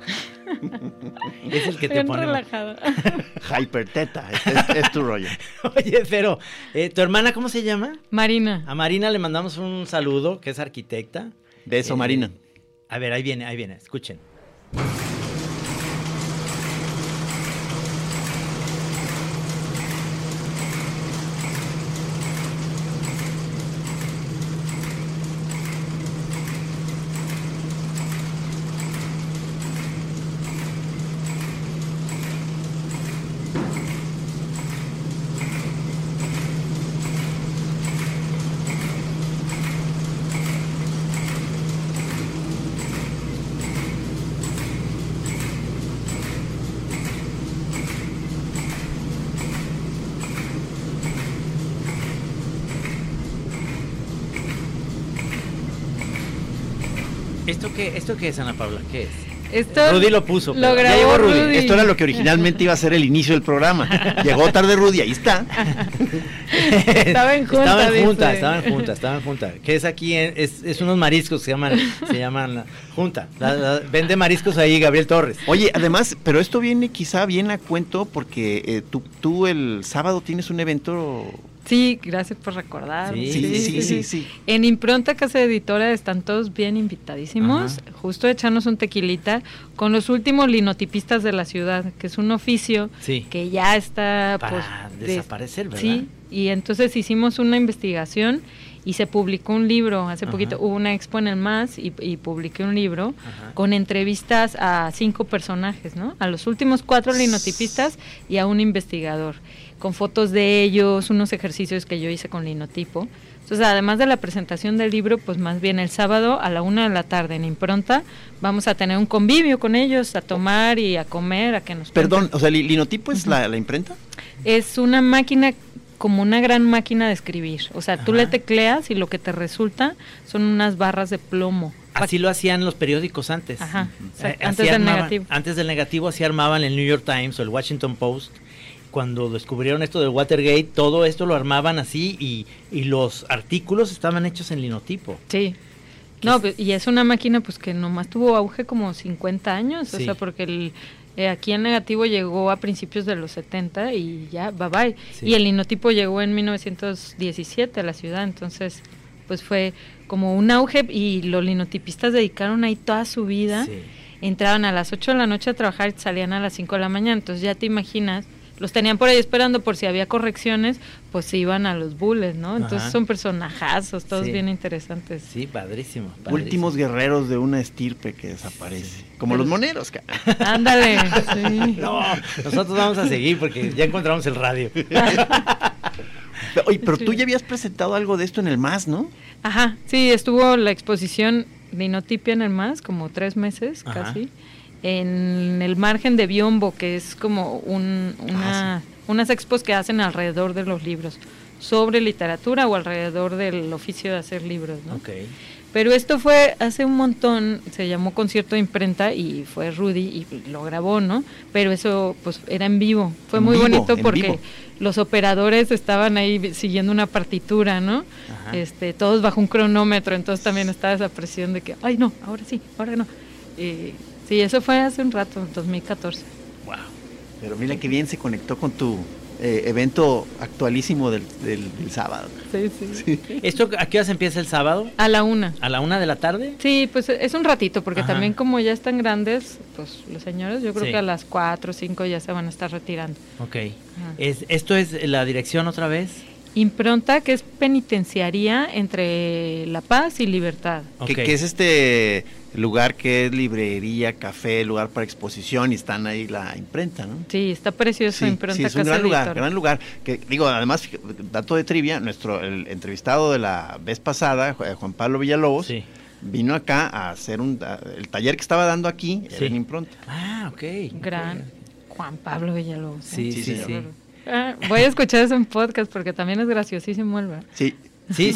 Es el que te pone relajada. Hyper teta, es tu rollo. Oye, pero ¿tu hermana cómo se llama? Marina. A Marina le mandamos un saludo, que es arquitecta. De eso, Marina. A ver, ahí viene, escuchen. ¿Esto qué es, Ana Paula? ¿Qué es? Esto Rudy lo puso. Lo pero- grabó Ya llegó Rudy. Rudy. Esto era lo que originalmente iba a ser el inicio del programa. Llegó tarde Rudy, ahí está. Estaba en junta, Estaba en junta. Que es aquí, es unos mariscos se llaman junta. Vende mariscos ahí Gabriel Torres. Oye, además, pero esto viene quizá bien a cuento porque tú el sábado tienes un evento. Sí, gracias por recordar. Sí. En Impronta Casa Editora están todos bien invitadísimos, justo a echarnos un tequilita con los últimos linotipistas de la ciudad, que es un oficio que ya está para desaparecer, ¿verdad? Sí, y entonces hicimos una investigación y se publicó un libro, hace poquito hubo una expo en el MAS y publiqué un libro con entrevistas a 5 personajes, ¿no? A los últimos 4 linotipistas y a un investigador, con fotos de ellos, unos ejercicios que yo hice con linotipo. Entonces, además de la presentación del libro, pues más bien el sábado a la 1:00 p.m. en Impronta vamos a tener un convivio con ellos, a tomar y a comer, a que nos Perdón, cuenten. o sea, ¿linotipo es la imprenta? Es una máquina, como una gran máquina de escribir. O sea, tú le tecleas y lo que te resulta son unas barras de plomo. Así lo hacían los periódicos antes. Ajá, Así antes del armaban- negativo. Antes del negativo así armaban el New York Times o el Washington Post. Cuando descubrieron esto del Watergate, todo esto lo armaban así y los artículos estaban hechos en linotipo. Sí. No, y es una máquina pues que nomás tuvo auge como 50 años, o Sí. sea, porque aquí el negativo llegó a principios de los 70 y ya, bye bye. Sí. Y el linotipo llegó en 1917 a la ciudad, entonces pues fue como un auge y los linotipistas dedicaron ahí toda su vida. Sí. Entraban a las 8 de la noche a trabajar y salían a las 5 de la mañana, entonces ya te imaginas, los tenían por ahí esperando por si había correcciones, pues se iban a los bules, ¿no? Entonces Ajá. son personajazos, todos Sí. bien interesantes. Sí, padrísimo. Últimos guerreros de una estirpe que desaparece. Como los moneros, Ándale, sí. No, nosotros vamos a seguir porque ya encontramos el radio. Oye, pero tú ya habías presentado algo de esto en el MAS, ¿no? Ajá, sí, estuvo la exposición Linotipia en el MAS, como 3 meses Ajá. casi, en el margen de Biombo, que es como unas expos que hacen alrededor de los libros, sobre literatura o alrededor del oficio de hacer libros, ¿no? Okay. Pero esto fue hace un montón, se llamó Concierto de Imprenta y fue Rudy y lo grabó, ¿no? Pero eso pues era en vivo, fue muy bonito porque los operadores estaban ahí siguiendo una partitura, ¿no? Ajá. Todos bajo un cronómetro, entonces también estaba esa presión de que, ay no, ahora sí, ahora no. Sí, eso fue hace un rato, 2014. Wow. Pero mira qué bien se conectó con tu evento actualísimo del sábado. Sí. ¿Esto a qué hora se empieza el sábado? A la 1. ¿A la 1 de la tarde? Sí, pues es un ratito, porque Ajá. también como ya están grandes, pues los señores, yo creo Sí. que a las 4 o 5 ya se van a estar retirando. Ok. Ajá. ¿Esto es la dirección otra vez? Impronta, que es penitenciaría entre La Paz y Libertad. Ok. Que es este lugar que es librería, café, lugar para exposición y están ahí la imprenta, ¿no? Sí, está precioso Impronta sí, es un Casa gran lugar, que digo, además, dato de trivia, el entrevistado de la vez pasada, Juan Pablo Villalobos, Sí. vino acá a hacer el taller que estaba dando aquí, Sí. era en Impronta. Ah, ok. Gran Juan Pablo Villalobos. Sí, sí, señor. sí. Voy a escuchar eso en podcast porque también es graciosísimo el ¿verdad? Sí. Sí,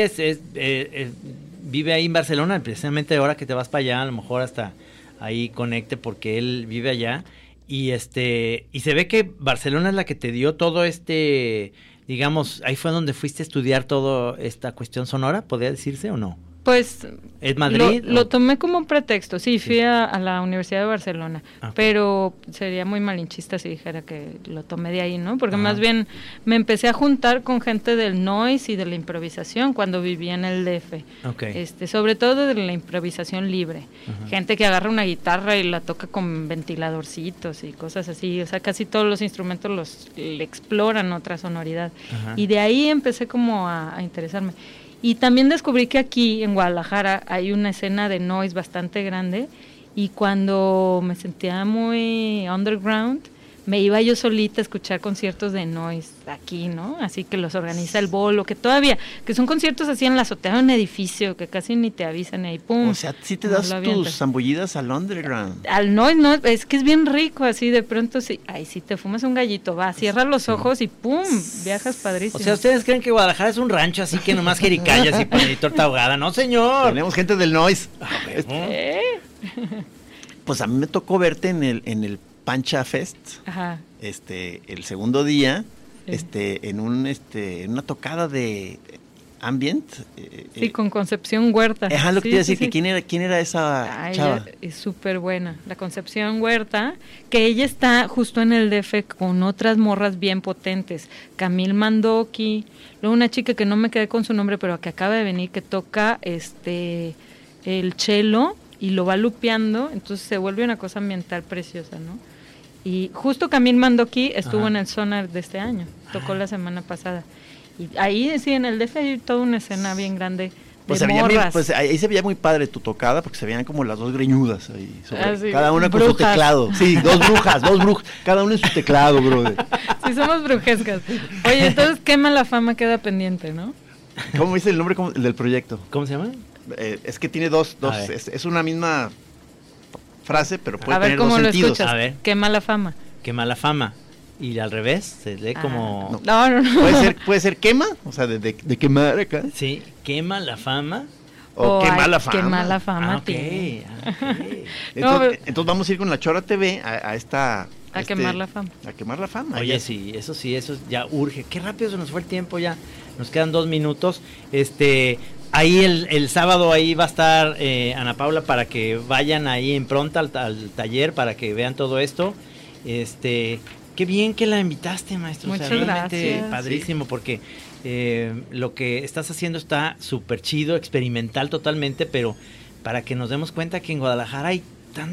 vive ahí en Barcelona, precisamente ahora que te vas para allá, a lo mejor hasta ahí conecte porque él vive allá y y se ve que Barcelona es la que te dio todo digamos, ahí fue donde fuiste a estudiar toda esta cuestión sonora, ¿podría decirse o no? Pues ¿Es Madrid? lo tomé como un pretexto, sí, fui a la Universidad de Barcelona, Okay. pero sería muy malinchista si dijera que lo tomé de ahí, ¿no? Porque Ajá. más bien me empecé a juntar con gente del noise y de la improvisación cuando vivía en el DF, Okay. sobre todo de la improvisación libre, Ajá. gente que agarra una guitarra y la toca con ventiladorcitos y cosas así, o sea, casi todos los instrumentos le exploran otra sonoridad, Ajá. y de ahí empecé como a interesarme. Y también descubrí que aquí en Guadalajara hay una escena de noise bastante grande y cuando me sentía muy underground, me iba yo solita a escuchar conciertos de noise aquí, ¿no? Así que los organiza el Bolo, que son conciertos así en la azotea de un edificio, que casi ni te avisan y pum. O sea, sí te nos das lo tus avientas. zambullidas al underground. Al noise, no, es que es bien rico, así de pronto, sí, ay, si te fumas un gallito, va, cierras los ojos y pum, viajas padrísimo. O sea, ¿ustedes creen que Guadalajara es un rancho así que nomás jericayas y torta ahogada? No, señor. Tenemos gente del noise. ¿Eh? Pues a mí me tocó verte en el Pancha Fest. Ajá. El segundo día, en una tocada de ambient. Sí, con Concepción Huerta. Ajá, lo que Sí, te iba a decir, sí, que sí. quién era esa chava. Ella es súper buena, la Concepción Huerta, que ella está justo en el DF con otras morras bien potentes, Camil Mandoki, luego una chica que no me quedé con su nombre, pero que acaba de venir, que toca el cello y lo va lupeando, entonces se vuelve una cosa ambiental preciosa, ¿no? Y justo Camil Mandoki estuvo en el Sonar de este año, tocó la semana pasada. Y ahí sí, en el DF hay toda una escena bien grande de morras. Ahí se veía muy padre tu tocada, porque se veían como las dos greñudas ahí, sí, cada una brujas. con su teclado. Sí, dos brujas, cada una en su teclado, brother. Sí, somos brujescas. Oye, entonces Quema la Fama queda pendiente, ¿no? ¿Cómo dice el nombre del proyecto? ¿Cómo se llama? Es que tiene dos es una misma frase, pero puede tener dos sentidos. A ver, ¿cómo lo escuchas? A ver. Quema la Fama. Quema la Fama. Y al revés, se lee como... No. Puede ser quema, o sea, de quemar acá. Sí, quema la fama. O quema la fama. Quema la Fama. Okay. Entonces vamos a ir con la Chora TV a quemar la fama. A quemar la fama. Oye, sí, eso ya urge. Qué rápido se nos fue el tiempo ya. Nos quedan 2 minutos. Ahí el sábado ahí va a estar Ana Paula para que vayan ahí en pronta al taller para que vean todo esto. Qué bien que la invitaste, maestro. Muchas realmente gracias. Padrísimo, porque lo que estás haciendo está súper chido, experimental totalmente, pero para que nos demos cuenta que en Guadalajara hay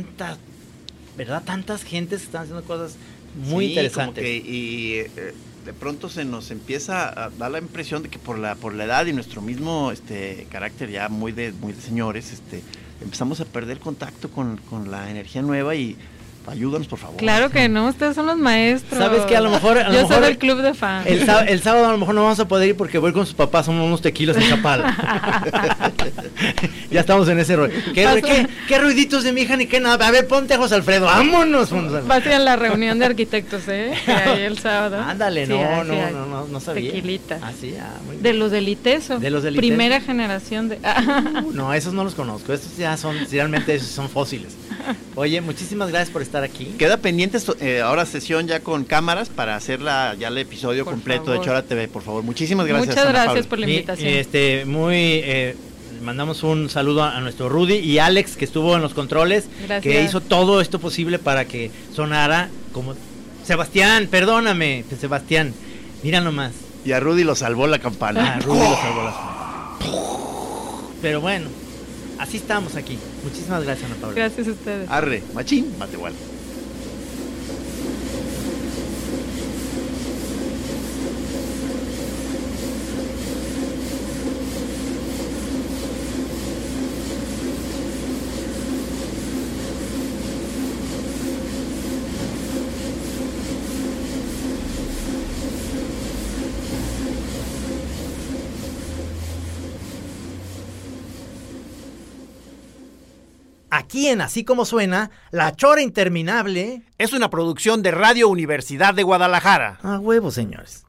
tantas gentes que están haciendo cosas muy interesantes. De pronto se nos empieza a dar la impresión de que por la edad y nuestro mismo carácter ya muy de señores, empezamos a perder contacto con la energía nueva y ayúdanos, por favor. Claro que no, ustedes son los maestros. ¿Sabes qué? A lo mejor Yo soy del club de fans. El sábado a lo mejor no vamos a poder ir porque voy con sus papás, somos unos tequilas en Chapala. Ya estamos en ese rollo. ¿Qué ruiditos de mi hija ni qué nada? A ver, ponte a José Alfredo, vámonos. Va a ser en la reunión de arquitectos, ahí el sábado. Ándale, sí, no sabía. Tequilita. Así, muy bien. De los del ITESO. Primera generación de... No, esos no los conozco, estos ya realmente son fósiles. Oye, muchísimas gracias por estar aquí. Queda pendiente ahora sesión ya con cámaras para hacer el episodio completo de Chora TV, por favor. Muchísimas gracias. Muchas gracias por la invitación. Mandamos un saludo a nuestro Rudy y Alex, que estuvo en los controles, que hizo todo esto posible para que sonara como... Sebastián, perdóname, Sebastián, mira nomás. Y a Rudy lo salvó la campana. Pero bueno, así estamos aquí. Muchísimas gracias, Ana Paula. Gracias a ustedes. Arre, machín, mate igual. Aquí en Así Como Suena, La Chora Interminable es una producción de Radio Universidad de Guadalajara. A huevo, señores.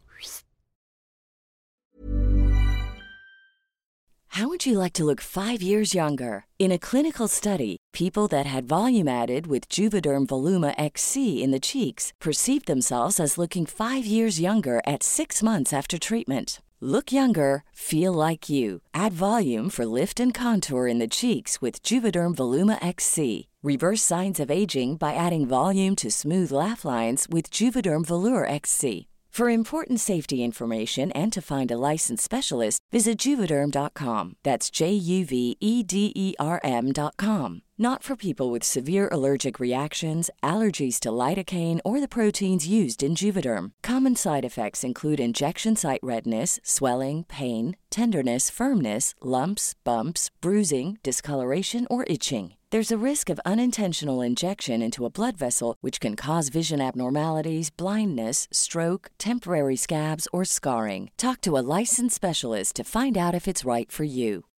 How would you like to look 5 years younger? In a clinical study, people that had volume added with Juvederm Voluma XC in the cheeks perceived themselves as looking 5 years younger at 6 months after treatment. Look younger, feel like you. Add volume for lift and contour in the cheeks with Juvederm Voluma XC. Reverse signs of aging by adding volume to smooth laugh lines with Juvederm Volure XC. For important safety information and to find a licensed specialist, visit Juvederm.com. That's JUVEDERM.com. Not for people with severe allergic reactions, allergies to lidocaine, or the proteins used in Juvederm. Common side effects include injection site redness, swelling, pain, tenderness, firmness, lumps, bumps, bruising, discoloration, or itching. There's a risk of unintentional injection into a blood vessel, which can cause vision abnormalities, blindness, stroke, temporary scabs, or scarring. Talk to a licensed specialist to find out if it's right for you.